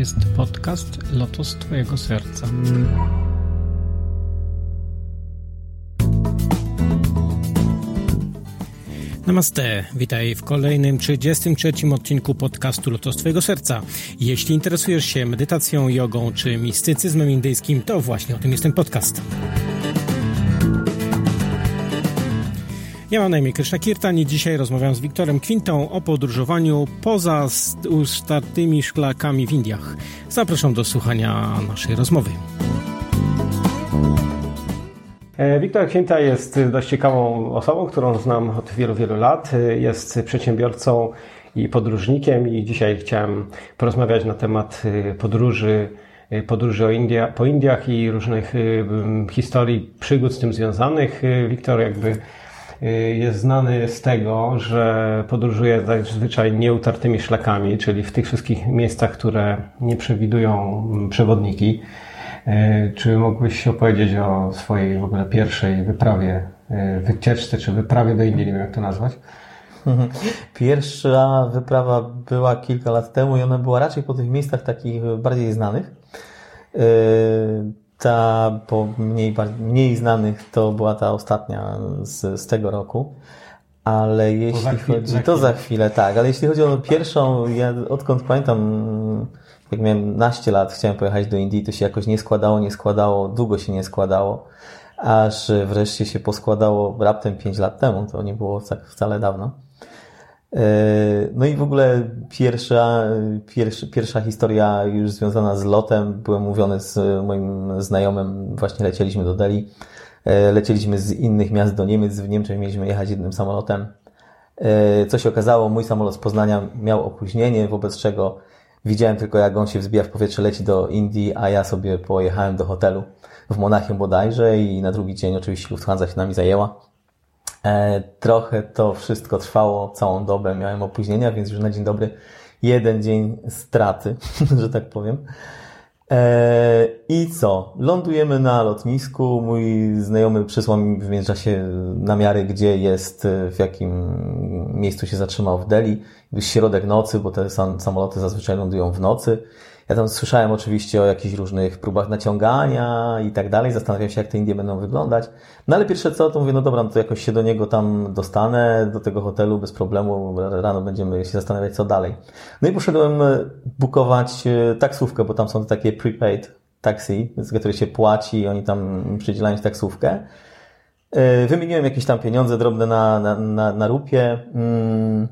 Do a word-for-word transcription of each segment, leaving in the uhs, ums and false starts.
jest podcast Lotos Twojego Serca. Namaste, witaj w kolejnym trzydziestym trzecim odcinku podcastu Lotos Twojego Serca. Jeśli interesujesz się medytacją, jogą czy mistycyzmem indyjskim, to właśnie o tym jest ten podcast. Ja mam na imię Krishna Kirtan i dzisiaj rozmawiam z Wiktorem Kwintą o podróżowaniu poza ustartymi szlakami w Indiach. Zapraszam do słuchania naszej rozmowy. Wiktor Kwinta jest dość ciekawą osobą, którą znam od wielu, wielu lat. Jest przedsiębiorcą i podróżnikiem i dzisiaj chciałem porozmawiać na temat podróży, podróży o India, po Indiach i różnych historii, przygód z tym związanych. Wiktor jakby jest znany z tego, że podróżuje zazwyczaj nieutartymi szlakami, czyli w tych wszystkich miejscach, które nie przewidują przewodniki. Czy mógłbyś opowiedzieć o swojej w ogóle pierwszej wyprawie, wycieczce, czy wyprawie do Indii, nie wiem jak to nazwać? Pierwsza wyprawa była kilka lat temu i ona była raczej po tych miejscach takich bardziej znanych. Ta po mniej, mniej znanych to była ta ostatnia z, z tego roku. Ale jeśli chwilę, chodzi, to za chwilę, tak, ale jeśli chodzi o pierwszą, ja odkąd pamiętam, jak miałem naście lat, chciałem pojechać do Indii, to się jakoś nie składało, nie składało, długo się nie składało, aż wreszcie się poskładało raptem pięć lat temu, to nie było tak wcale dawno. No i w ogóle pierwsza, pierwsza, pierwsza historia już związana z lotem, byłem mówiony z moim znajomym, właśnie lecieliśmy do Delhi, lecieliśmy z innych miast do Niemiec, w Niemczech mieliśmy jechać jednym samolotem. Co się okazało, mój samolot z Poznania miał opóźnienie, wobec czego widziałem tylko jak on się wzbija w powietrze, leci do Indii, a ja sobie pojechałem do hotelu w Monachium bodajże i na drugi dzień oczywiście Lufthansa się nami zajęła. E, trochę to wszystko trwało całą dobę, miałem opóźnienia, więc już na dzień dobry jeden dzień straty, że tak powiem. E, I co? Lądujemy na lotnisku, mój znajomy przysłał mi w międzyczasie namiary, gdzie jest, w jakim miejscu się zatrzymał w Delhi. Środek nocy, bo te sam, samoloty zazwyczaj lądują w nocy. Ja tam słyszałem oczywiście o jakichś różnych próbach naciągania i tak dalej. Zastanawiałem się, jak te Indie będą wyglądać. No ale pierwsze co, to mówię, no dobra, no to jakoś się do niego tam dostanę, do tego hotelu bez problemu. Rano będziemy się zastanawiać, co dalej. No i poszedłem bukować taksówkę, bo tam są takie prepaid taxi, za które się płaci i oni tam przydzielają taksówkę. Wymieniłem jakieś tam pieniądze drobne na, na, na, na rupie. Mm.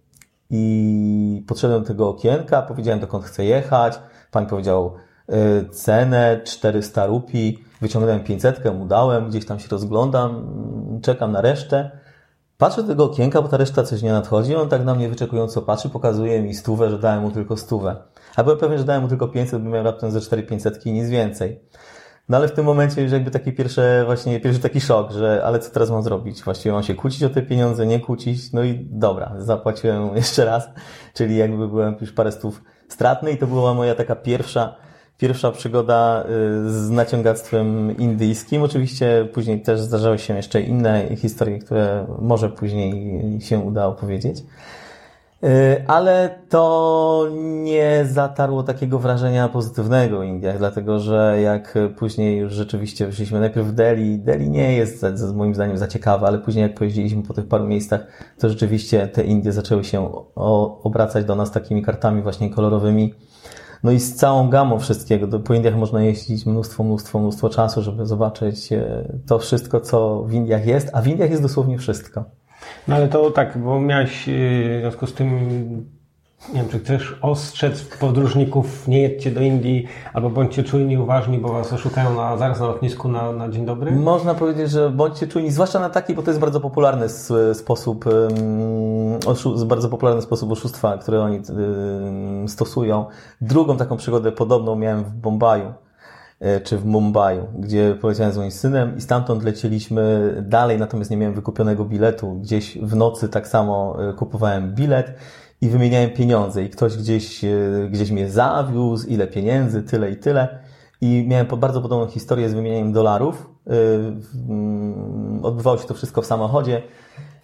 I podszedłem do tego okienka, powiedziałem dokąd chcę jechać, pan powiedział y, cenę czterysta rupii, wyciągnąłem pięćsetkę, mu dałem, gdzieś tam się rozglądam, czekam na resztę. Patrzę do tego okienka, bo ta reszta coś nie nadchodzi, on tak na mnie wyczekująco patrzy, pokazuje mi stówę, że dałem mu tylko stówę. A byłem pewien, że dałem mu tylko pięćset, bo miałem raptem ze cztery pięćsetki i nic więcej. No ale w tym momencie już jakby taki pierwszy, właśnie pierwszy taki szok, że ale co teraz mam zrobić? Właściwie mam się kłócić o te pieniądze, nie kłócić? No i dobra, zapłaciłem jeszcze raz, czyli jakby byłem już parę stów stratny i to była moja taka pierwsza, pierwsza przygoda z naciągactwem indyjskim. Oczywiście później też zdarzały się jeszcze inne historie, które może później się uda opowiedzieć. Ale to nie zatarło takiego wrażenia pozytywnego o Indiach, dlatego że jak później już rzeczywiście wyszliśmy najpierw w Delhi, Delhi nie jest moim zdaniem za ciekawe, ale później jak pojeździliśmy po tych paru miejscach, to rzeczywiście te Indie zaczęły się obracać do nas takimi kartami właśnie kolorowymi. No i z całą gamą wszystkiego. Po Indiach można jeździć mnóstwo, mnóstwo, mnóstwo czasu, żeby zobaczyć to wszystko, co w Indiach jest, a w Indiach jest dosłownie wszystko. No ale to tak, bo miałeś w związku z tym, nie wiem, czy chcesz ostrzec podróżników, nie jedźcie do Indii, albo bądźcie czujni, uważni, bo was oszukają na, zaraz na lotnisku na, na dzień dobry? Można powiedzieć, że bądźcie czujni, zwłaszcza na taki, bo to jest bardzo popularny sposób, oszu, bardzo popularny sposób oszustwa, który oni stosują. Drugą taką przygodę podobną miałem w Bombaju, czy w Mumbai, gdzie poleciałem z moim synem i stamtąd lecieliśmy dalej, natomiast nie miałem wykupionego biletu. Gdzieś w nocy tak samo kupowałem bilet i wymieniałem pieniądze i ktoś gdzieś, gdzieś mnie zawiózł, ile pieniędzy, tyle i tyle. I miałem bardzo podobną historię z wymienianiem dolarów. Odbywało się to wszystko w samochodzie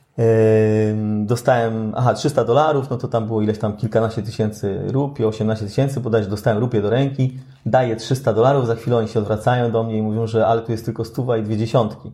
Dostałem, aha, trzysta dolarów, no to tam było ileś tam kilkanaście tysięcy rupii, osiemnaście tysięcy, bodajże dostałem rupię do ręki, daję trzysta dolarów, za chwilę oni się odwracają do mnie i mówią, że ale tu jest tylko stuwa i dwie dziesiątki.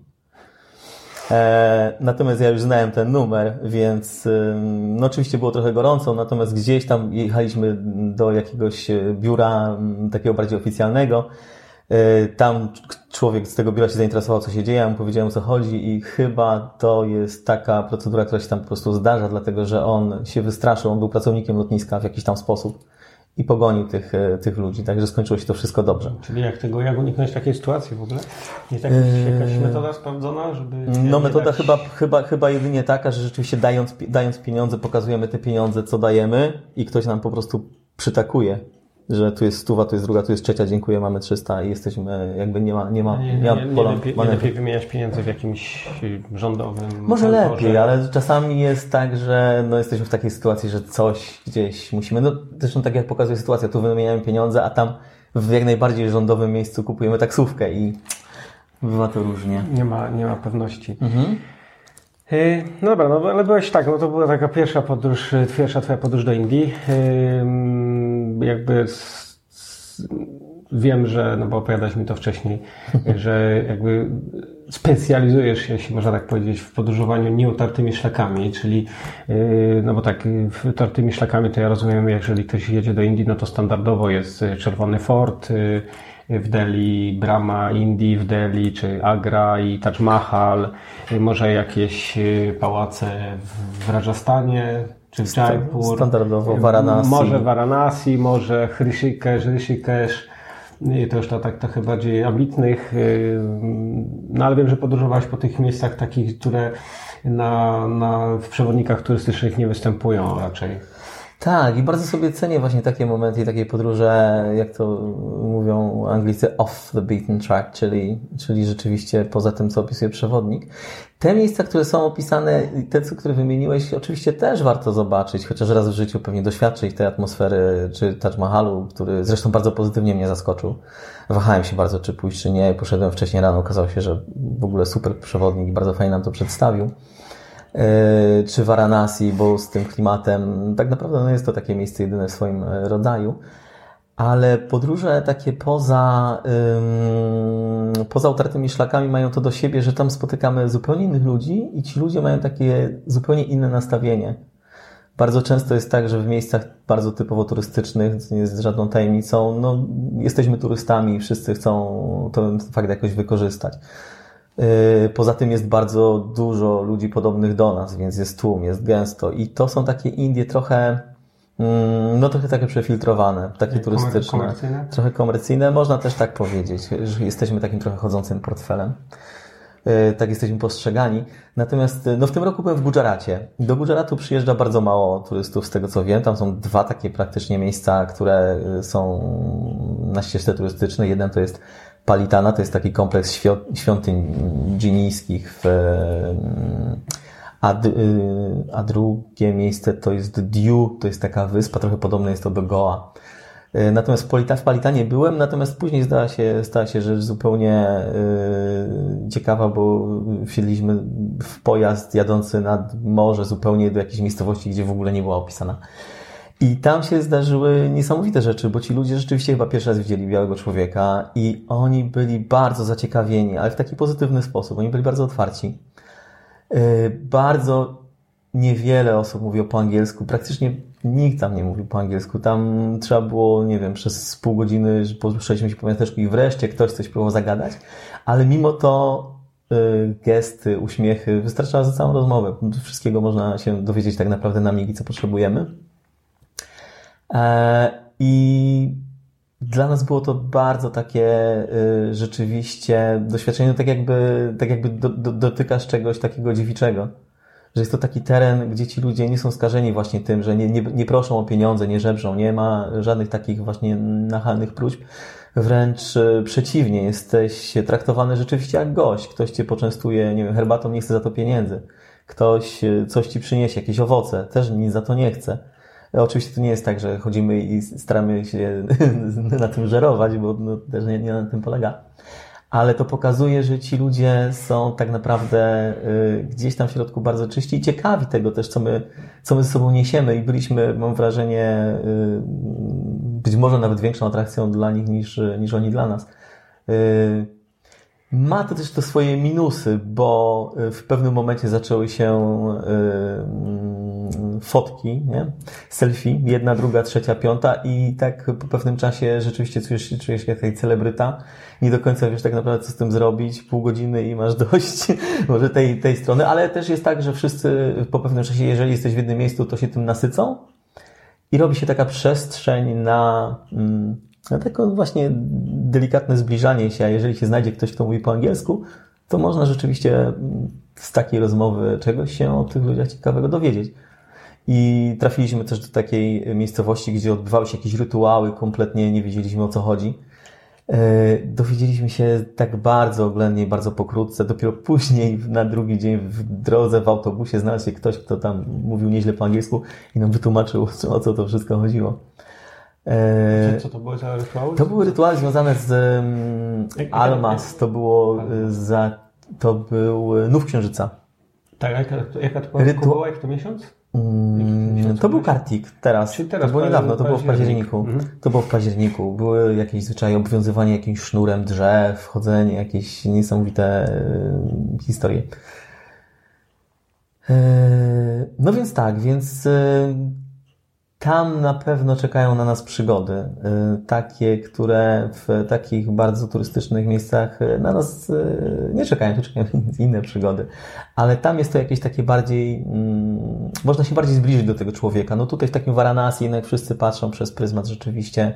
E, natomiast ja już znałem ten numer, więc no oczywiście było trochę gorąco, natomiast gdzieś tam jechaliśmy do jakiegoś biura takiego bardziej oficjalnego. Tam człowiek z tego biura się zainteresował, co się dzieje, ja mu powiedziałem, o co chodzi i chyba to jest taka procedura, która się tam po prostu zdarza, dlatego że on się wystraszył, on był pracownikiem lotniska w jakiś tam sposób i pogonił tych, tych ludzi, także skończyło się to wszystko dobrze. Czyli jak tego, jak uniknąć takiej sytuacji w ogóle? Jest jakaś, jakaś metoda sprawdzona, żeby... No metoda dać... chyba, chyba, chyba jedynie taka, że rzeczywiście dając, dając pieniądze, pokazujemy te pieniądze, co dajemy i ktoś nam po prostu przytakuje. Że tu jest stuwa, tu jest druga, tu jest trzecia, dziękuję, mamy trzysta i jesteśmy, jakby nie ma, nie ma, nie, nie ma nie, pola. Nie lepiej, nie lepiej wymieniać pieniędzy w jakimś rządowym... Może kantorze. Lepiej, ale czasami jest tak, że no jesteśmy w takiej sytuacji, że coś gdzieś musimy, no zresztą tak jak pokazuje sytuacja, tu wymieniamy pieniądze, a tam w jak najbardziej rządowym miejscu kupujemy taksówkę i bywa to różnie. Nie ma, nie ma pewności. Mhm. No dobra, no ale byłeś tak, no to była taka pierwsza podróż, pierwsza twoja podróż do Indii. Jakby z, z, wiem, że, no bo opowiadałeś mi to wcześniej, że jakby specjalizujesz się, jeśli można tak powiedzieć, w podróżowaniu nieutartymi szlakami, czyli, no bo tak, utartymi szlakami to ja rozumiem, jeżeli ktoś jedzie do Indii, no to standardowo jest Czerwony Fort, w Delhi, Brahma Indii w Delhi, czy Agra i Taj Mahal, może jakieś pałace w Rajasthanie, czy w Jaipur. Standardowo Varanasi. Może Varanasi, może Hrishikesh, Rishikesh, to już to tak trochę bardziej ambitnych, no ale wiem, że podróżowałeś po tych miejscach takich, które na, na, w przewodnikach turystycznych nie występują raczej. Tak, i bardzo sobie cenię właśnie takie momenty i takie podróże, jak to mówią Anglicy, off the beaten track, czyli, czyli rzeczywiście poza tym, co opisuje przewodnik. Te miejsca, które są opisane, te, które wymieniłeś, oczywiście też warto zobaczyć, chociaż raz w życiu pewnie doświadczyć tej atmosfery, czy Taj Mahalu, który zresztą bardzo pozytywnie mnie zaskoczył. Wahałem się bardzo, czy pójść, czy nie. Poszedłem wcześniej rano, okazało się, że w ogóle super przewodnik i bardzo fajnie nam to przedstawił. Czy Varanasi, bo z tym klimatem tak naprawdę no jest to takie miejsce jedyne w swoim rodzaju, ale podróże takie poza, ym, poza utartymi szlakami mają to do siebie, że tam spotykamy zupełnie innych ludzi i ci ludzie mają takie zupełnie inne nastawienie. Bardzo często jest tak, że w miejscach bardzo typowo turystycznych, co nie jest żadną tajemnicą, no jesteśmy turystami i wszyscy chcą ten fakt jakoś wykorzystać. Poza tym jest bardzo dużo ludzi podobnych do nas, więc jest tłum, jest gęsto i to są takie Indie trochę, no trochę takie przefiltrowane, takie turystyczne, komercyjne? Trochę komercyjne, można też tak powiedzieć, że jesteśmy takim trochę chodzącym portfelem. Tak jesteśmy postrzegani. Natomiast no w tym roku byłem w Gudżaracie. Do Gudżaratu przyjeżdża bardzo mało turystów, z tego co wiem. Tam są dwa takie praktycznie miejsca, które są na ścieżce turystycznej. Jeden to jest Palitana, to jest taki kompleks świątyń dżinijskich, w, a, a drugie miejsce to jest Diu, to jest taka wyspa, trochę podobna jest to do Goa. Natomiast w Palitanie byłem, natomiast później stała się, stała się rzecz zupełnie yy, ciekawa, bo wsiedliśmy w pojazd jadący nad morze zupełnie do jakiejś miejscowości, gdzie w ogóle nie była opisana. I tam się zdarzyły niesamowite rzeczy, bo ci ludzie rzeczywiście chyba pierwszy raz widzieli białego człowieka i oni byli bardzo zaciekawieni, ale w taki pozytywny sposób. Oni byli bardzo otwarci. Yy, bardzo niewiele osób mówiło po angielsku. Praktycznie nikt tam nie mówił po angielsku. Tam trzeba było, nie wiem, przez pół godziny, że poruszaliśmy się po miasteczku i wreszcie ktoś coś próbował zagadać, ale mimo to yy, gesty, uśmiechy wystarczały za całą rozmowę. Wszystkiego można się dowiedzieć tak naprawdę na migi, co potrzebujemy. I dla nas było to bardzo takie y, rzeczywiście doświadczenie, tak jakby, tak jakby do, do, dotykasz czegoś takiego dziewiczego. Że jest to taki teren, gdzie ci ludzie nie są skażeni właśnie tym, że nie, nie, nie proszą o pieniądze, nie żebrzą, nie ma żadnych takich właśnie nachalnych próśb. Wręcz y, przeciwnie, jesteś traktowany rzeczywiście jak gość. Ktoś cię poczęstuje, nie wiem, herbatą, nie chce za to pieniędzy. Ktoś y, coś ci przyniesie, jakieś owoce, też nic za to nie chce. Oczywiście to nie jest tak, że chodzimy i staramy się na tym żerować, bo no, też nie, nie na tym polega. ale to pokazuje, że ci ludzie są tak naprawdę y, gdzieś tam w środku bardzo czyści i ciekawi tego też, co my, co my ze sobą niesiemy i byliśmy, mam wrażenie, y, być może nawet większą atrakcją dla nich niż, niż oni dla nas. Y, Ma to też to swoje minusy, bo w pewnym momencie zaczęły się y, fotki, nie? Selfie, jedna, druga, trzecia, piąta i tak po pewnym czasie rzeczywiście czujesz się, czujesz się jak taki celebryta. Nie do końca wiesz tak naprawdę co z tym zrobić, pół godziny i masz dość może tej, tej strony, ale też jest tak, że wszyscy po pewnym czasie, jeżeli jesteś w jednym miejscu, to się tym nasycą i robi się taka przestrzeń na... Mm, No takie właśnie delikatne zbliżanie się, a jeżeli się znajdzie ktoś, kto mówi po angielsku, to można rzeczywiście z takiej rozmowy czegoś się o tych ludziach ciekawego dowiedzieć. I trafiliśmy też do takiej miejscowości, gdzie odbywały się jakieś rytuały, kompletnie nie wiedzieliśmy o co chodzi. Dowiedzieliśmy się tak bardzo oględnie, bardzo pokrótce. Dopiero później, na drugi dzień w drodze w autobusie znalazł się ktoś, kto tam mówił nieźle po angielsku i nam wytłumaczył, o co to wszystko chodziło. Co to były za rytuały? To były rytuały związane z um, Almas, to było za, to był Nów Księżyca. Tak, jaka, jaka to była? Rytu... była, jak to miesiąc? Mm, to był Kartik teraz, teraz, to było niedawno, to było w październiku. Mhm. To było w październiku. Były jakieś zwyczaje, obwiązywanie jakimś sznurem drzew, chodzenie, jakieś niesamowite y, historie. Y, no więc tak, więc y, tam na pewno czekają na nas przygody, takie, które w takich bardzo turystycznych miejscach na nas nie czekają, tu czekają inne przygody. Ale tam jest to jakieś takie bardziej, hmm, można się bardziej zbliżyć do tego człowieka. No tutaj w takim Varanasi jednak wszyscy patrzą przez pryzmat rzeczywiście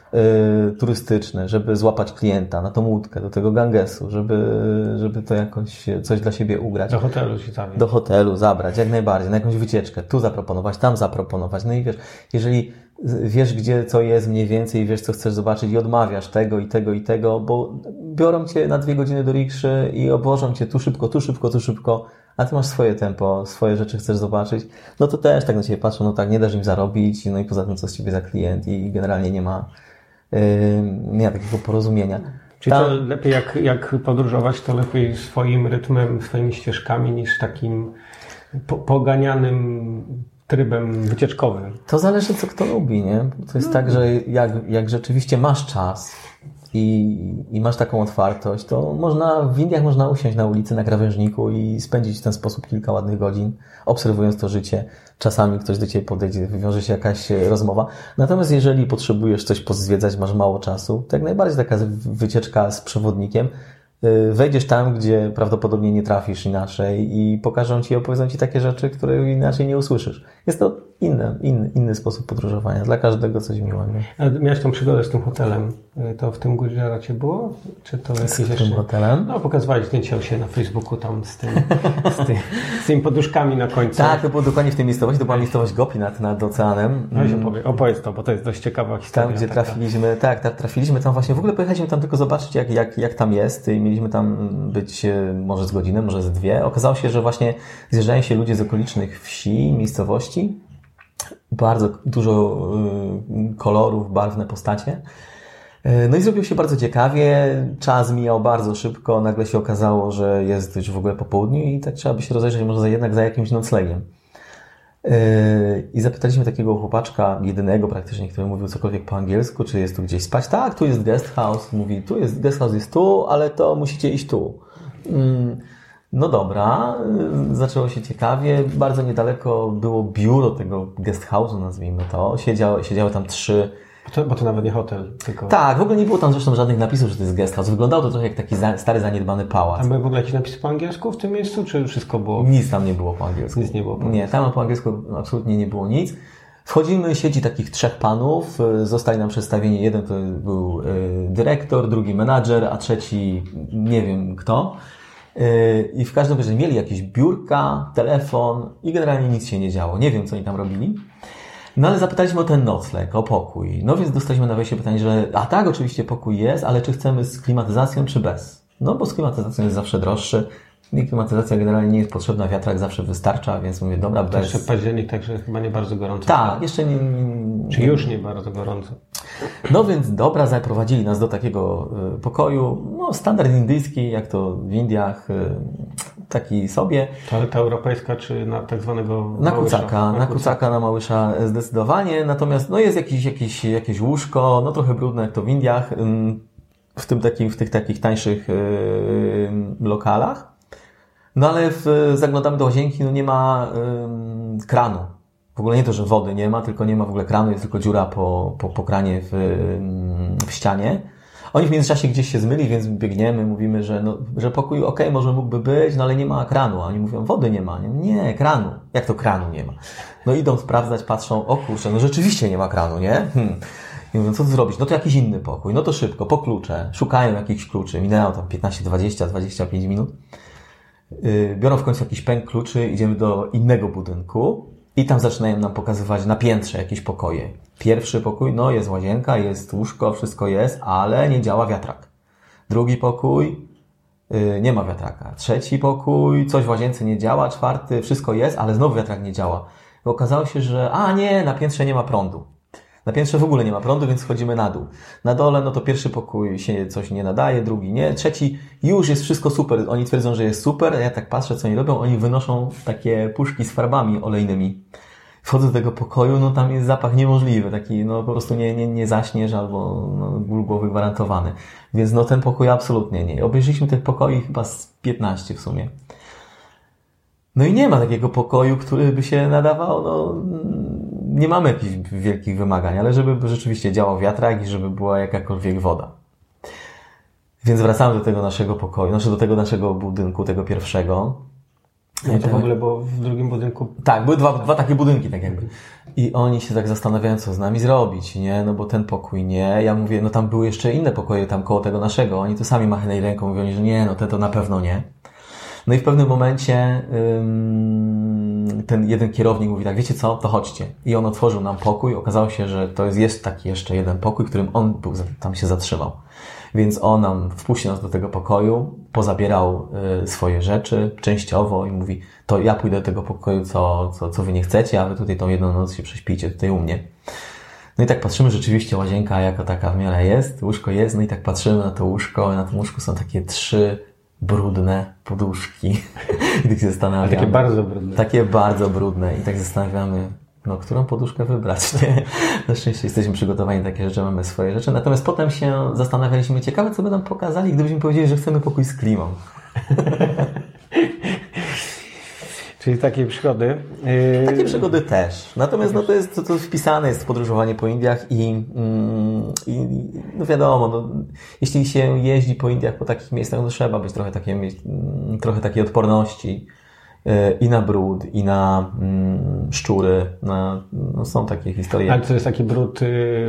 y, turystyczny, żeby złapać klienta na tą łódkę, do tego Gangesu, żeby, żeby to jakoś coś dla siebie ugrać. Do hotelu się zabrać. Do hotelu zabrać, jak najbardziej, na jakąś wycieczkę, tu zaproponować, tam zaproponować. No i wiesz, jeżeli wiesz, gdzie co jest mniej więcej, wiesz, co chcesz zobaczyć i odmawiasz tego i tego i tego, bo biorą cię na dwie godziny do rikszy i obwożą cię tu szybko, tu szybko, tu szybko, a ty masz swoje tempo, swoje rzeczy chcesz zobaczyć, no to też tak na ciebie patrzą, no tak, nie dasz im zarobić, no i poza tym co z ciebie za klient i generalnie nie ma, yy, nie ma takiego porozumienia. Czyli to lepiej jak, jak podróżować, to lepiej swoim rytmem, swoimi ścieżkami niż takim po, poganianym trybem wycieczkowym. To zależy, co kto lubi, nie? To jest no. tak, że jak, jak rzeczywiście masz czas i, i masz taką otwartość, to można, w Indiach można usiąść na ulicy, na krawężniku i spędzić w ten sposób kilka ładnych godzin, obserwując to życie. Czasami ktoś do ciebie podejdzie, wywiąże się jakaś rozmowa. Natomiast jeżeli potrzebujesz coś pozwiedzać, masz mało czasu, to jak najbardziej taka wycieczka z przewodnikiem, wejdziesz tam, gdzie prawdopodobnie nie trafisz inaczej i pokażą ci, opowiedzą ci takie rzeczy, które inaczej nie usłyszysz. Jest to inny, inny, inny sposób podróżowania. Dla każdego coś miłego. A miałeś tą przygodę z tym hotelem. To w tym Gujaracie było? Czy to jakieś z jeszcze... tym hotelem? No, pokazywałeś zdjęcia u siebie na Facebooku tam z, tym, z, tym, z tymi poduszkami na końcu. Tak, to było dokładnie w tej miejscowości. To była miejscowość Gopinath nad oceanem. No i opowiedz, opowiedz to, bo to jest dość ciekawa historia. Tam, gdzie taka. trafiliśmy, tak, tak, trafiliśmy tam właśnie. W ogóle pojechaliśmy tam tylko zobaczyć, jak, jak, jak tam jest. I mieliśmy tam być może z godzinę, może z dwie. Okazało się, że właśnie zjeżdżają się ludzie z okolicznych wsi, miejscowości. Bardzo dużo y, kolorów, barwne postacie. No i zrobiło się bardzo ciekawie, czas mijał bardzo szybko, nagle się okazało, że jest już w ogóle po południu i tak trzeba by się rozejrzeć może za, jednak za jakimś noclegiem. I zapytaliśmy takiego chłopaczka, jedynego praktycznie, który mówił cokolwiek po angielsku, czy jest tu gdzieś spać. Tak, tu jest guest house. Mówi, tu jest, guest house jest tu, ale to musicie iść tu. No dobra, zaczęło się ciekawie. Bardzo niedaleko było biuro tego guest house'u, nazwijmy to. Siedziały, siedziały tam trzy... To, bo to nawet nie hotel, tylko... Tak, w ogóle nie było tam zresztą żadnych napisów, że to jest guest house. Wyglądało to trochę jak taki za, stary, zaniedbany pałac. A były w ogóle jakieś napisy po angielsku w tym miejscu, czy wszystko było? Nic tam nie było po angielsku. Nic nie było po angielsku. Nie, tam po angielsku absolutnie nie było nic. Wchodzimy, siedzi takich trzech panów, zostali nam przedstawieni. Jeden to był dyrektor, drugi menadżer, a trzeci nie wiem kto. I w każdym razie mieli jakieś biurka, telefon i generalnie nic się nie działo. Nie wiem, co oni tam robili. No ale zapytaliśmy o ten nocleg, o pokój. No więc dostaliśmy na wejście pytanie, że a tak, oczywiście pokój jest, ale czy chcemy z klimatyzacją, czy bez? No bo z klimatyzacją jest zawsze droższy. I klimatyzacja generalnie nie jest potrzebna, wiatrak zawsze wystarcza, więc mówię, dobra, bez... To jeszcze październik, także chyba nie bardzo gorąco. Tak, jeszcze nie... Czy już nie bardzo gorąco? No więc dobra, zaprowadzili nas do takiego pokoju, no standard indyjski, jak to w Indiach, taki sobie. Toaleta europejska, czy na tak zwanego Na kucaka, na, na kucaka, na Małysza zdecydowanie, natomiast no jest jakieś, jakieś, jakieś łóżko, no trochę brudne jak to w Indiach, w tym takim, w tych takich tańszych yy, lokalach. No ale w, zaglądamy do łazienki, no nie ma yy, kranu. W ogóle nie to, że wody nie ma, tylko nie ma w ogóle kranu, jest tylko dziura po, po, po kranie w, yy, w ścianie. Oni w międzyczasie gdzieś się zmyli, więc biegniemy, mówimy, że, no, że pokój okej, okay, może mógłby być, no ale nie ma kranu. A oni mówią, wody nie ma. Nie, nie, kranu. Jak to kranu nie ma? No idą sprawdzać, patrzą, o kurczę, no rzeczywiście nie ma kranu, nie? Hmm. I mówią, co tu zrobić? No to jakiś inny pokój. No to szybko, po klucze. Szukają jakichś kluczy. Minęło tam piętnaście, dwadzieścia, dwadzieścia pięć minut. Yy, biorą w końcu jakiś pęk kluczy, idziemy do innego budynku i tam zaczynają nam pokazywać na piętrze jakieś pokoje. Pierwszy pokój, no jest łazienka, jest łóżko, wszystko jest, ale nie działa wiatrak. Drugi pokój, yy, nie ma wiatraka. Trzeci pokój, coś w łazience nie działa. Czwarty, wszystko jest, ale znowu wiatrak nie działa. I okazało się, że a nie, na piętrze nie ma prądu. Na piętrze w ogóle nie ma prądu, więc schodzimy na dół. Na dole, no to pierwszy pokój się coś nie nadaje, drugi nie, trzeci już jest wszystko super. Oni twierdzą, że jest super, a ja tak patrzę, co oni robią. Oni wynoszą takie puszki z farbami olejnymi. Wchodzę do tego pokoju, no tam jest zapach niemożliwy, taki no po prostu nie, nie, nie zaśniesz albo no, ból głowy gwarantowany. Więc no ten pokój absolutnie nie. Obejrzeliśmy tych pokoi chyba z piętnaście w sumie. No i nie ma takiego pokoju, który by się nadawał, no nie mamy jakichś wielkich wymagań, ale żeby rzeczywiście działał wiatrak i żeby była jakakolwiek woda. Więc wracamy do tego naszego pokoju, znaczy do tego naszego budynku, tego pierwszego. No to w ogóle było w drugim budynku. Tak, były dwa, dwa takie budynki, tak jakby. I oni się tak zastanawiają, co z nami zrobić, nie? No bo ten pokój nie. Ja mówię, no tam były jeszcze inne pokoje tam koło tego naszego. Oni to sami machnęli ręką, mówią, że nie, no te to na pewno nie. No i w pewnym momencie ym, ten jeden kierownik mówi tak, wiecie co, to chodźcie. I on otworzył nam pokój. Okazało się, że to jest, jest taki jeszcze jeden pokój, w którym on był, tam się zatrzymał. Więc on nam wpuścił nas do tego pokoju, pozabierał y, swoje rzeczy częściowo i mówi, to ja pójdę do tego pokoju, co, co, co wy nie chcecie, a wy tutaj tą jedną noc się prześpijcie tutaj u mnie. No i tak patrzymy, rzeczywiście łazienka jako taka w miarę jest, łóżko jest, no i tak patrzymy na to łóżko, na tym łóżku są takie trzy brudne poduszki. I tak się zastanawiamy. A takie bardzo brudne. Takie bardzo brudne. I tak zastanawiamy, no, którą poduszkę wybrać, nie? Na szczęście jesteśmy przygotowani, takie rzeczy, mamy swoje rzeczy. Natomiast potem się zastanawialiśmy, ciekawe, co by nam pokazali, gdybyśmy powiedzieli, że chcemy pokój z klimą. Czyli takie przygody. Yy... Takie przygody też. Natomiast no, to jest to, to wpisane jest w podróżowanie po Indiach i, i no wiadomo, no, jeśli się jeździ po Indiach, po takich miejscach, no trzeba być trochę takiej, mieć trochę takiej odporności i na brud, i na mm, szczury. Na, no są takie historie. Ale to jest taki brud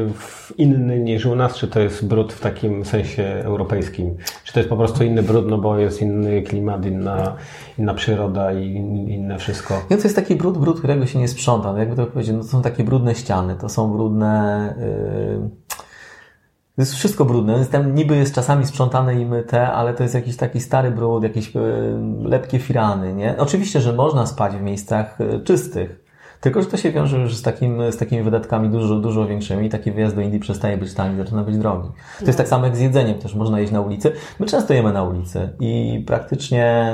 inny niż u nas, czy to jest brud w takim sensie europejskim? Czy to jest po prostu inny brud, no bo jest inny klimat, inna, inna przyroda i inne wszystko? No to jest taki brud, brud, którego się nie sprząta. No jakby to powiedzieć, no to są takie brudne ściany, to są brudne... Yy... To jest wszystko brudne. Jest tam niby jest czasami sprzątane i myte, ale to jest jakiś taki stary brud, jakieś lepkie firany, nie? Oczywiście, że można spać w miejscach czystych. Tylko, że to się wiąże już z, takim, z takimi wydatkami dużo, dużo większymi i taki wyjazd do Indii przestaje być tani, zaczyna być drogi. To jest tak samo jak z jedzeniem, też można jeść na ulicy. My często jemy na ulicy i praktycznie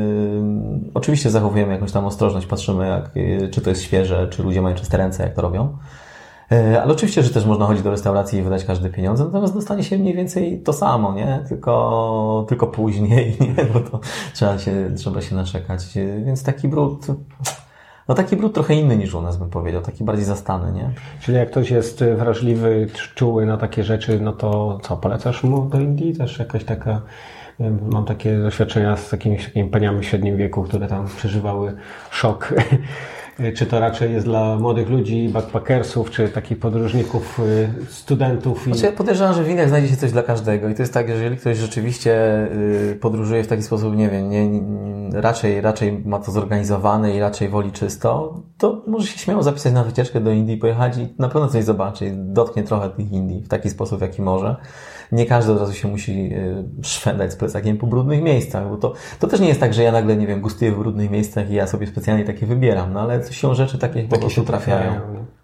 yy, oczywiście zachowujemy jakąś tam ostrożność, patrzymy jak, yy, czy to jest świeże, czy ludzie mają czyste ręce, jak to robią. Ale oczywiście, że też można chodzić do restauracji i wydać każde pieniądze, natomiast dostanie się mniej więcej to samo, nie? Tylko, tylko później, nie? Bo to trzeba się, trzeba się naczekać. Więc taki brud, no taki brud trochę inny niż u nas, bym powiedział, taki bardziej zastany, nie? Czyli jak ktoś jest wrażliwy, czuły na takie rzeczy, no to co, polecasz mu do Indii? Też jakaś taka, mam takie doświadczenia z jakimiś takimi paniami w średnim wieku, które tam przeżywały szok. Czy to raczej jest dla młodych ludzi, backpackersów, czy takich podróżników, studentów? I... Znaczy, ja podejrzewam, że w Indiach znajdzie się coś dla każdego i to jest tak, że jeżeli ktoś rzeczywiście podróżuje w taki sposób, nie wiem, nie, raczej, raczej ma to zorganizowane i raczej woli czysto, to może się śmiało zapisać na wycieczkę do Indii, pojechać i na pewno coś zobaczy, dotknie trochę tych Indii w taki sposób, w jaki może. Nie każdy od razu się musi szwendać z plecakiem po brudnych miejscach, bo to, to też nie jest tak, że ja nagle, nie wiem, gustuję w brudnych miejscach i ja sobie specjalnie takie wybieram, no ale siłą rzeczy takie po prostu trafiają.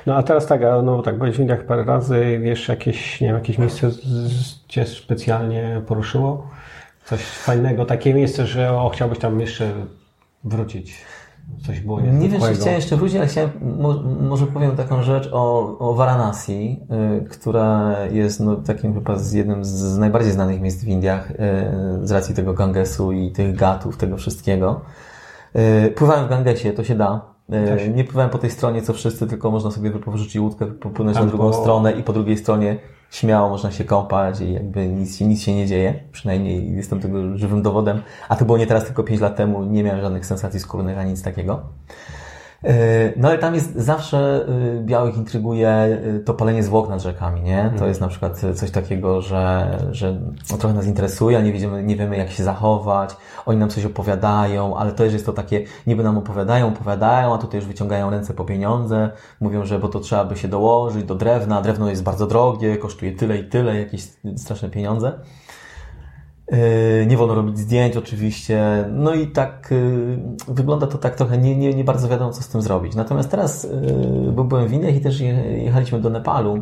No a teraz tak, no tak, byłeś w Indiach parę razy, wiesz, jakieś, nie wiem, jakieś miejsce cię specjalnie poruszyło? Coś fajnego, takie miejsce, że o, chciałbyś tam jeszcze wrócić? Coś było nie Nie wiem, czy chciałem jeszcze wrócić, ale chciałem, może powiem taką rzecz o, o Varanasi, y, która jest no, takim chyba z jednym z najbardziej znanych miejsc w Indiach y, z racji tego Gangesu i tych gatów, tego wszystkiego. Y, pływałem w Gangesie, to się da. Y, nie pływałem po tej stronie, co wszyscy, tylko można sobie wypożyczyć łódkę, popłynąć na drugą po... stronę i po drugiej stronie śmiało można się kąpać i jakby nic się, nic się nie dzieje. Przynajmniej jestem tego żywym dowodem. A to było nie teraz, tylko pięć lat temu. Nie miałem żadnych sensacji skórnych ani nic takiego. No ale tam jest zawsze, białych intryguje to palenie zwłok nad rzekami, nie? To jest na przykład coś takiego, że, że no, trochę nas interesuje, ale nie wiemy, nie wiemy jak się zachować. Oni nam coś opowiadają, ale też jest to takie, niby nam opowiadają, opowiadają, a tutaj już wyciągają ręce po pieniądze. Mówią, że bo to trzeba by się dołożyć do drewna. Drewno jest bardzo drogie, kosztuje tyle i tyle, jakieś straszne pieniądze. Nie wolno robić zdjęć oczywiście, no i tak yy, wygląda to tak trochę, nie, nie, nie bardzo wiadomo co z tym zrobić. Natomiast teraz, yy, bo byłem w Indiach i też jechaliśmy do Nepalu,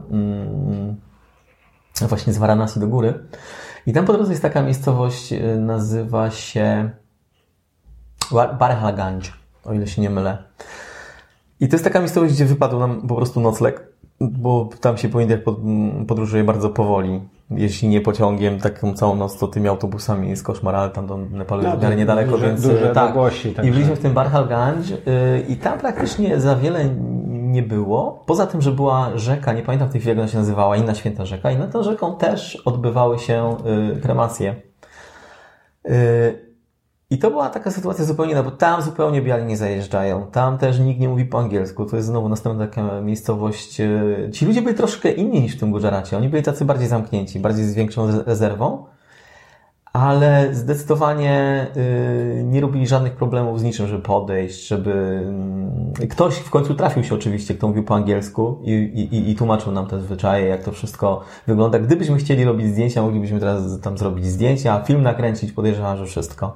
yy, właśnie z Varanasi do góry i tam po drodze jest taka miejscowość, yy, nazywa się Barhalganj, o ile się nie mylę. I to jest taka miejscowość, gdzie wypadł nam po prostu nocleg, bo tam się po Indiach podróżuje bardzo powoli. Jeśli nie pociągiem, taką całą noc, to tymi autobusami jest koszmar, ale tam do Nepalu jest w miarę niedaleko, duże, więc duże tak. Dogłosi, I byliśmy w tym Barhalganj yy, i tam praktycznie za wiele nie było. Poza tym, że była rzeka, nie pamiętam w tej chwili jak ona się nazywała, inna święta rzeka i nad tą rzeką też odbywały się yy, kremacje. Yy, I to była taka sytuacja zupełnie, no bo tam zupełnie biali nie zajeżdżają. Tam też nikt nie mówi po angielsku. To jest znowu następna taka miejscowość. Ci ludzie byli troszkę inni niż w tym Gujaracie. Oni byli tacy bardziej zamknięci, bardziej z większą rezerwą, ale zdecydowanie yy, nie robili żadnych problemów z niczym, żeby podejść, żeby... Yy, ktoś w końcu trafił się oczywiście, kto mówił po angielsku i, i, i tłumaczył nam te zwyczaje, jak to wszystko wygląda. Gdybyśmy chcieli robić zdjęcia, moglibyśmy teraz tam zrobić zdjęcia, film nakręcić, podejrzewam, że wszystko.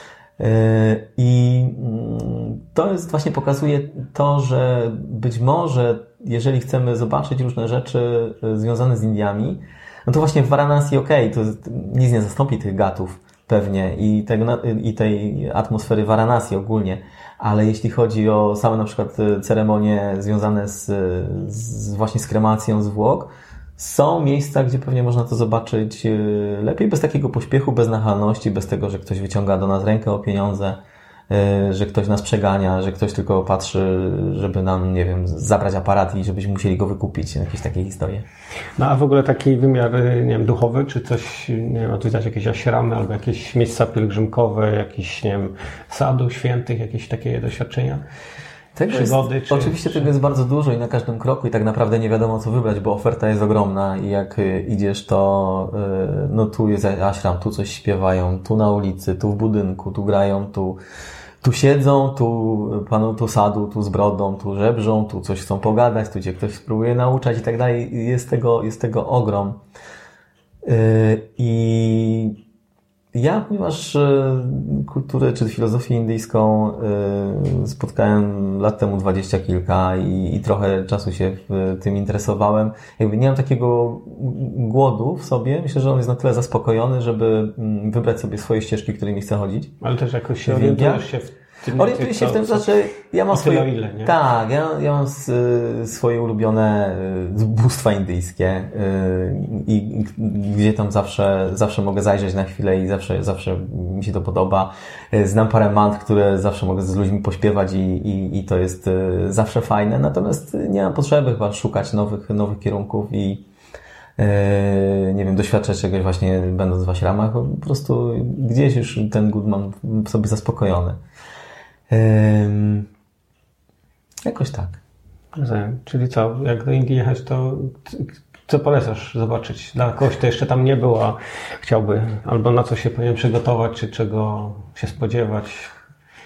I to jest właśnie pokazuje to, że być może jeżeli chcemy zobaczyć różne rzeczy związane z Indiami, no to właśnie w Varanasi okej, okay, to nic nie zastąpi tych gatów pewnie i, tego, i tej atmosfery Varanasi ogólnie, ale jeśli chodzi o same na przykład ceremonie związane z, z właśnie z kremacją zwłok, są miejsca, gdzie pewnie można to zobaczyć lepiej, bez takiego pośpiechu, bez nachalności, bez tego, że ktoś wyciąga do nas rękę o pieniądze, że ktoś nas przegania, że ktoś tylko patrzy, żeby nam, nie wiem, zabrać aparat i żebyśmy musieli go wykupić, jakieś takie historie. No a w ogóle taki wymiar, nie wiem, duchowy, czy coś, nie wiem, odwiedzać jakieś ashramy albo jakieś miejsca pielgrzymkowe, jakieś, nie wiem, sadów świętych, jakieś takie doświadczenia? Tego przygody, jest, czy, oczywiście czy... tego jest bardzo dużo i na każdym kroku i tak naprawdę nie wiadomo co wybrać, bo oferta jest ogromna i jak idziesz to no tu jest ashram, tu coś śpiewają, tu na ulicy, tu w budynku, tu grają, tu, tu siedzą, tu panu tu sadu, tu z brodą, tu żebrzą, tu coś chcą pogadać, tu cię ktoś spróbuje nauczać i tak dalej. Jest tego, jest tego ogrom. I ja, ponieważ kulturę czy filozofię indyjską spotkałem lat temu dwadzieścia kilka i, i trochę czasu się w tym interesowałem, jakby nie mam takiego głodu w sobie. Myślę, że on jest na tyle zaspokojony, żeby wybrać sobie swoje ścieżki, którymi chcę chodzić. Ale też jakoś się orientujesz się w tym, Orientuję się w tym, znaczy ja mam swoje, ile, nie? tak, ja, ja mam swoje ulubione bóstwa indyjskie i gdzie tam zawsze, zawsze mogę zajrzeć na chwilę i zawsze, zawsze mi się to podoba. Znam parę mantr, które zawsze mogę z ludźmi pośpiewać i, i, i to jest zawsze fajne, natomiast nie mam potrzeby chyba szukać nowych, nowych kierunków i nie wiem, doświadczać czegoś właśnie będąc w ashramach, po prostu gdzieś już ten głód mam sobie zaspokojony. Um, jakoś tak. Rozumiem. Czyli co, jak do Indii jechać, to co polecasz zobaczyć? Dla kogoś, kto jeszcze tam nie był, a chciałby, albo na co się powinien przygotować, czy czego się spodziewać?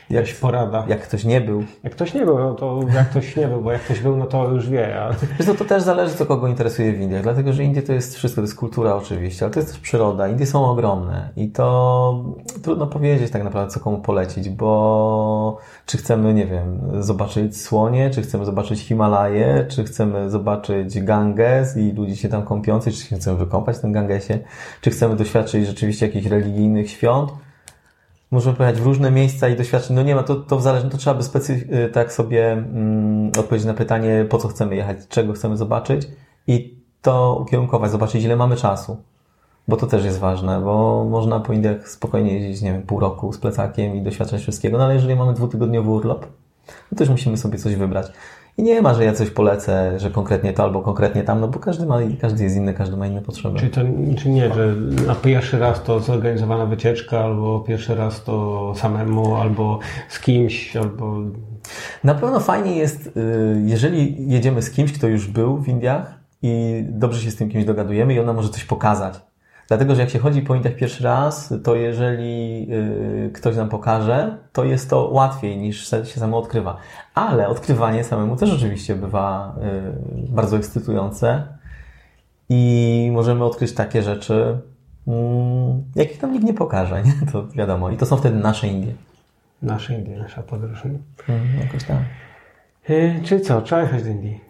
jakaś porada. Jak ktoś nie był. Jak ktoś nie był, no to jak ktoś nie był, bo jak ktoś był, no to już wie. Ale... Wiesz, no to też zależy, co kogo interesuje w Indiach, dlatego, że Indie to jest wszystko, to jest kultura oczywiście, ale to jest też przyroda. Indie są ogromne i to trudno powiedzieć tak naprawdę, co komu polecić, bo czy chcemy, nie wiem, zobaczyć słonie, czy chcemy zobaczyć Himalaje, czy chcemy zobaczyć Ganges i ludzi się tam kąpiących, czy chcemy wykąpać w tym Gangesie, czy chcemy doświadczyć rzeczywiście jakichś religijnych świąt. Możemy pojechać w różne miejsca i doświadczyć, no nie ma, to, to zależy, to trzeba by specyf- tak sobie mm, odpowiedzieć na pytanie, po co chcemy jechać, czego chcemy zobaczyć i to ukierunkować, zobaczyć, ile mamy czasu. Bo to też jest ważne, bo można po Indiach spokojnie jeździć, nie wiem, pół roku z plecakiem i doświadczać wszystkiego, no ale jeżeli mamy dwutygodniowy urlop, to też musimy sobie coś wybrać. I nie ma, że ja coś polecę, że konkretnie to albo konkretnie tam, no bo każdy ma, każdy jest inny, każdy ma inne potrzeby. Czyli to, czy nie, że na pierwszy raz to zorganizowana wycieczka, albo pierwszy raz to samemu, albo z kimś, albo... Na pewno fajnie jest, jeżeli jedziemy z kimś, kto już był w Indiach i dobrze się z tym kimś dogadujemy i ona może coś pokazać. Dlatego, że jak się chodzi po Indiach pierwszy raz, to jeżeli yy, ktoś nam pokaże, to jest to łatwiej niż się samo odkrywa. Ale odkrywanie samemu też oczywiście bywa yy, bardzo ekscytujące i możemy odkryć takie rzeczy, yy, jakich nam nikt nie pokaże, nie? To wiadomo. I to są wtedy nasze Indie. Nasze Indie, nasza podróż. Yy, jakoś tak. Yy, czyli co? Trzeba jechać do Indii.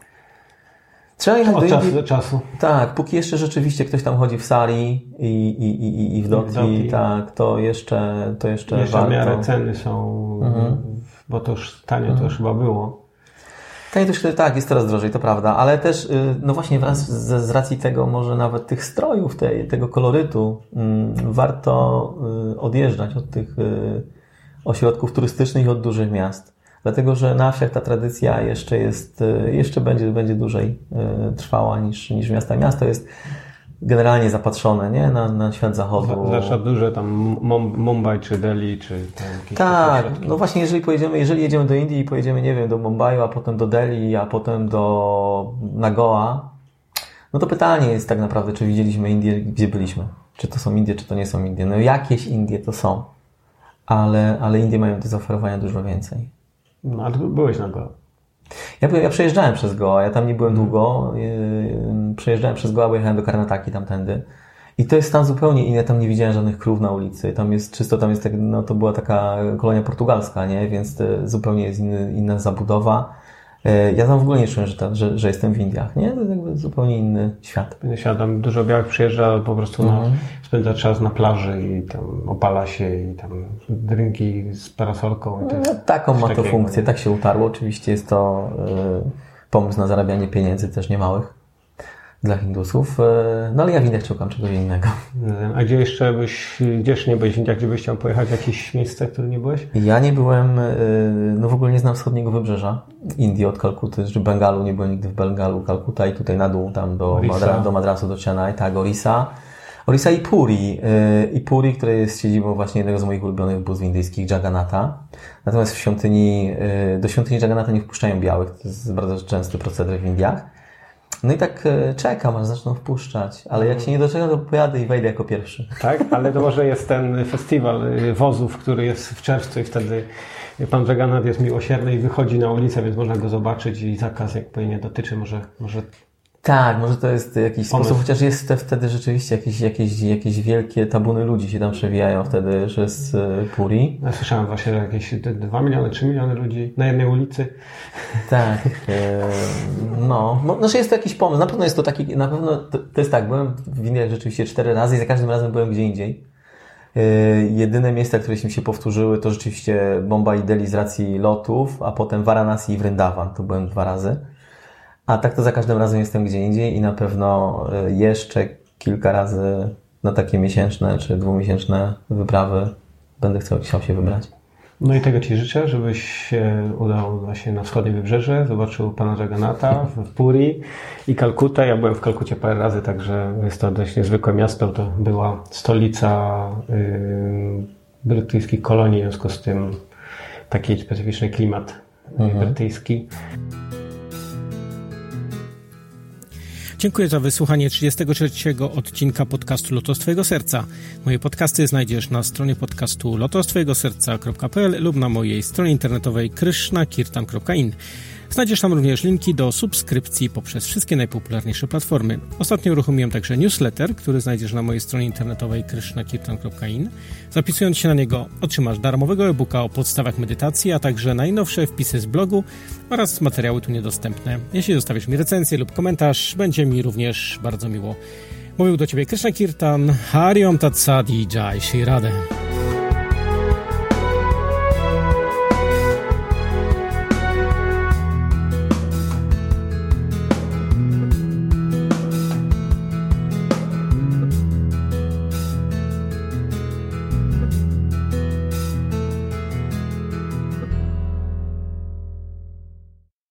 Trzeba jechać Od do czasu Indii. do czasu. Tak, póki jeszcze rzeczywiście ktoś tam chodzi w sari i, i, i, i w Doti, tak, to jeszcze, to jeszcze, jeszcze warto. w miarę ceny są, mhm. bo to już tanio mhm. to już chyba było. Tanio to już tak, jest coraz drożej, to prawda, ale też, no właśnie wraz z, z racji tego może nawet tych strojów, tej, tego kolorytu, um, warto y, odjeżdżać od tych y, ośrodków turystycznych i od dużych miast. Dlatego, że na wsiach ta tradycja jeszcze jest, jeszcze będzie, będzie dłużej trwała niż, niż miasta. Miasto jest generalnie zapatrzone, nie? Na, na świat zachodu. Zwłaszcza duże tam Mumbai czy Delhi, czy tam jakieś tak, no właśnie jeżeli pojedziemy, jeżeli jedziemy do Indii i pojedziemy, nie wiem, do Mumbaiu, a potem do Delhi, a potem do Nagoa, no to pytanie jest tak naprawdę, czy widzieliśmy Indię, gdzie byliśmy. Czy to są Indie, czy to nie są Indie. No jakieś Indie to są, ale, ale Indie mają do zaoferowania dużo więcej. No, ale byłeś na Goa. Ja, byłem, ja przejeżdżałem przez Goa, ja tam nie byłem długo. Yy, przejeżdżałem przez Goa, bo jechałem do Karnataki tamtędy. I to jest stan zupełnie inny, ja tam nie widziałem żadnych krów na ulicy. Tam jest czysto, tam jest tak, no to była taka kolonia portugalska, nie? Więc to zupełnie jest inny, inna zabudowa. Yy, ja tam w ogóle nie czułem, że, ta, że, że jestem w Indiach, nie? To jest jakby zupełnie inny świat. Ja tam dużo białych przyjeżdża po prostu mm. na, spędza czas na plaży i tam opala się i tam drinki z parasolką. I no, taką ma to takiego, funkcję, nie? Tak się utarło. Oczywiście jest to y, pomysł na zarabianie pieniędzy też niemałych dla Hindusów. Y, no ale ja w Indiach szukam czegoś innego. A gdzie jeszcze byś, gdzież nie byłeś w Indiach, gdzie byś chciał pojechać? Jakieś miejsce, w którym nie byłeś? Ja nie byłem, y, no w ogóle nie znam wschodniego wybrzeża Indii od Kalkuty, czy Bengalu, nie byłem nigdy w Bengalu, Kalkuta i tutaj na dół, tam do, Madra, do Madrasu, do Chennai, tak, Orissa. Orissa i Puri. I Puri, które jest siedzibą właśnie jednego z moich ulubionych bóstw indyjskich, Jagannatha. Natomiast w świątyni, do świątyni Jagannatha nie wpuszczają białych. To jest bardzo częsty proceder w Indiach. No i tak czekam, aż zaczną wpuszczać. Ale jak się nie doczekam, to pojadę i wejdę jako pierwszy. Tak? Ale to może jest ten festiwal wozów, który jest w czerwcu i wtedy pan Jagannath jest miłosierny i wychodzi na ulicę, więc można go zobaczyć i zakaz jakby nie dotyczy. Może... może... Tak, może to jest jakiś pomysł. Sposób, chociaż jest wtedy rzeczywiście jakieś, jakieś, jakieś wielkie tabuny ludzi się tam przewijają wtedy przez Puri. Ja słyszałem właśnie, że jakieś dwa miliony, trzy miliony ludzi na jednej ulicy. Tak. No, no, znaczy jest to jakiś pomysł. Na pewno jest to taki, na pewno, to, to jest tak, byłem w Indiach rzeczywiście cztery razy i za każdym razem byłem gdzie indziej. Jedyne miejsca, które mi się powtórzyły, to rzeczywiście Bombay i Delhi z racji lotów, a potem Varanasi i Vrindavan. To byłem dwa razy. A tak to za każdym razem jestem gdzie indziej i na pewno jeszcze kilka razy na takie miesięczne czy dwumiesięczne wyprawy będę chciał, chciał się wybrać. No i tego Ci życzę, żebyś się udał właśnie na wschodnie wybrzeże, zobaczył pana Jagannatha w Puri i Kalkutę. Ja byłem w Kalkucie parę razy, także jest to dość niezwykłe miasto. To była stolica yy, brytyjskich kolonii, w związku z tym taki specyficzny klimat mhm. brytyjski. Dziękuję za wysłuchanie trzydziestego trzeciego odcinka podcastu Lotos Twojego Serca. Moje podcasty znajdziesz na stronie podcastu lotos twojego serca kropka p l lub na mojej stronie internetowej krishna kirtan kropka in. Znajdziesz tam również linki do subskrypcji poprzez wszystkie najpopularniejsze platformy. Ostatnio uruchomiłem także newsletter, który znajdziesz na mojej stronie internetowej krishna kirtan kropka in. Zapisując się na niego otrzymasz darmowego e-booka o podstawach medytacji, a także najnowsze wpisy z blogu oraz materiały tu niedostępne. Jeśli zostawisz mi recenzję lub komentarz, będzie mi również bardzo miło. Mówił do Ciebie Krishna Kirtan, Hari Om Tat Sat, Jai Shri Radhe.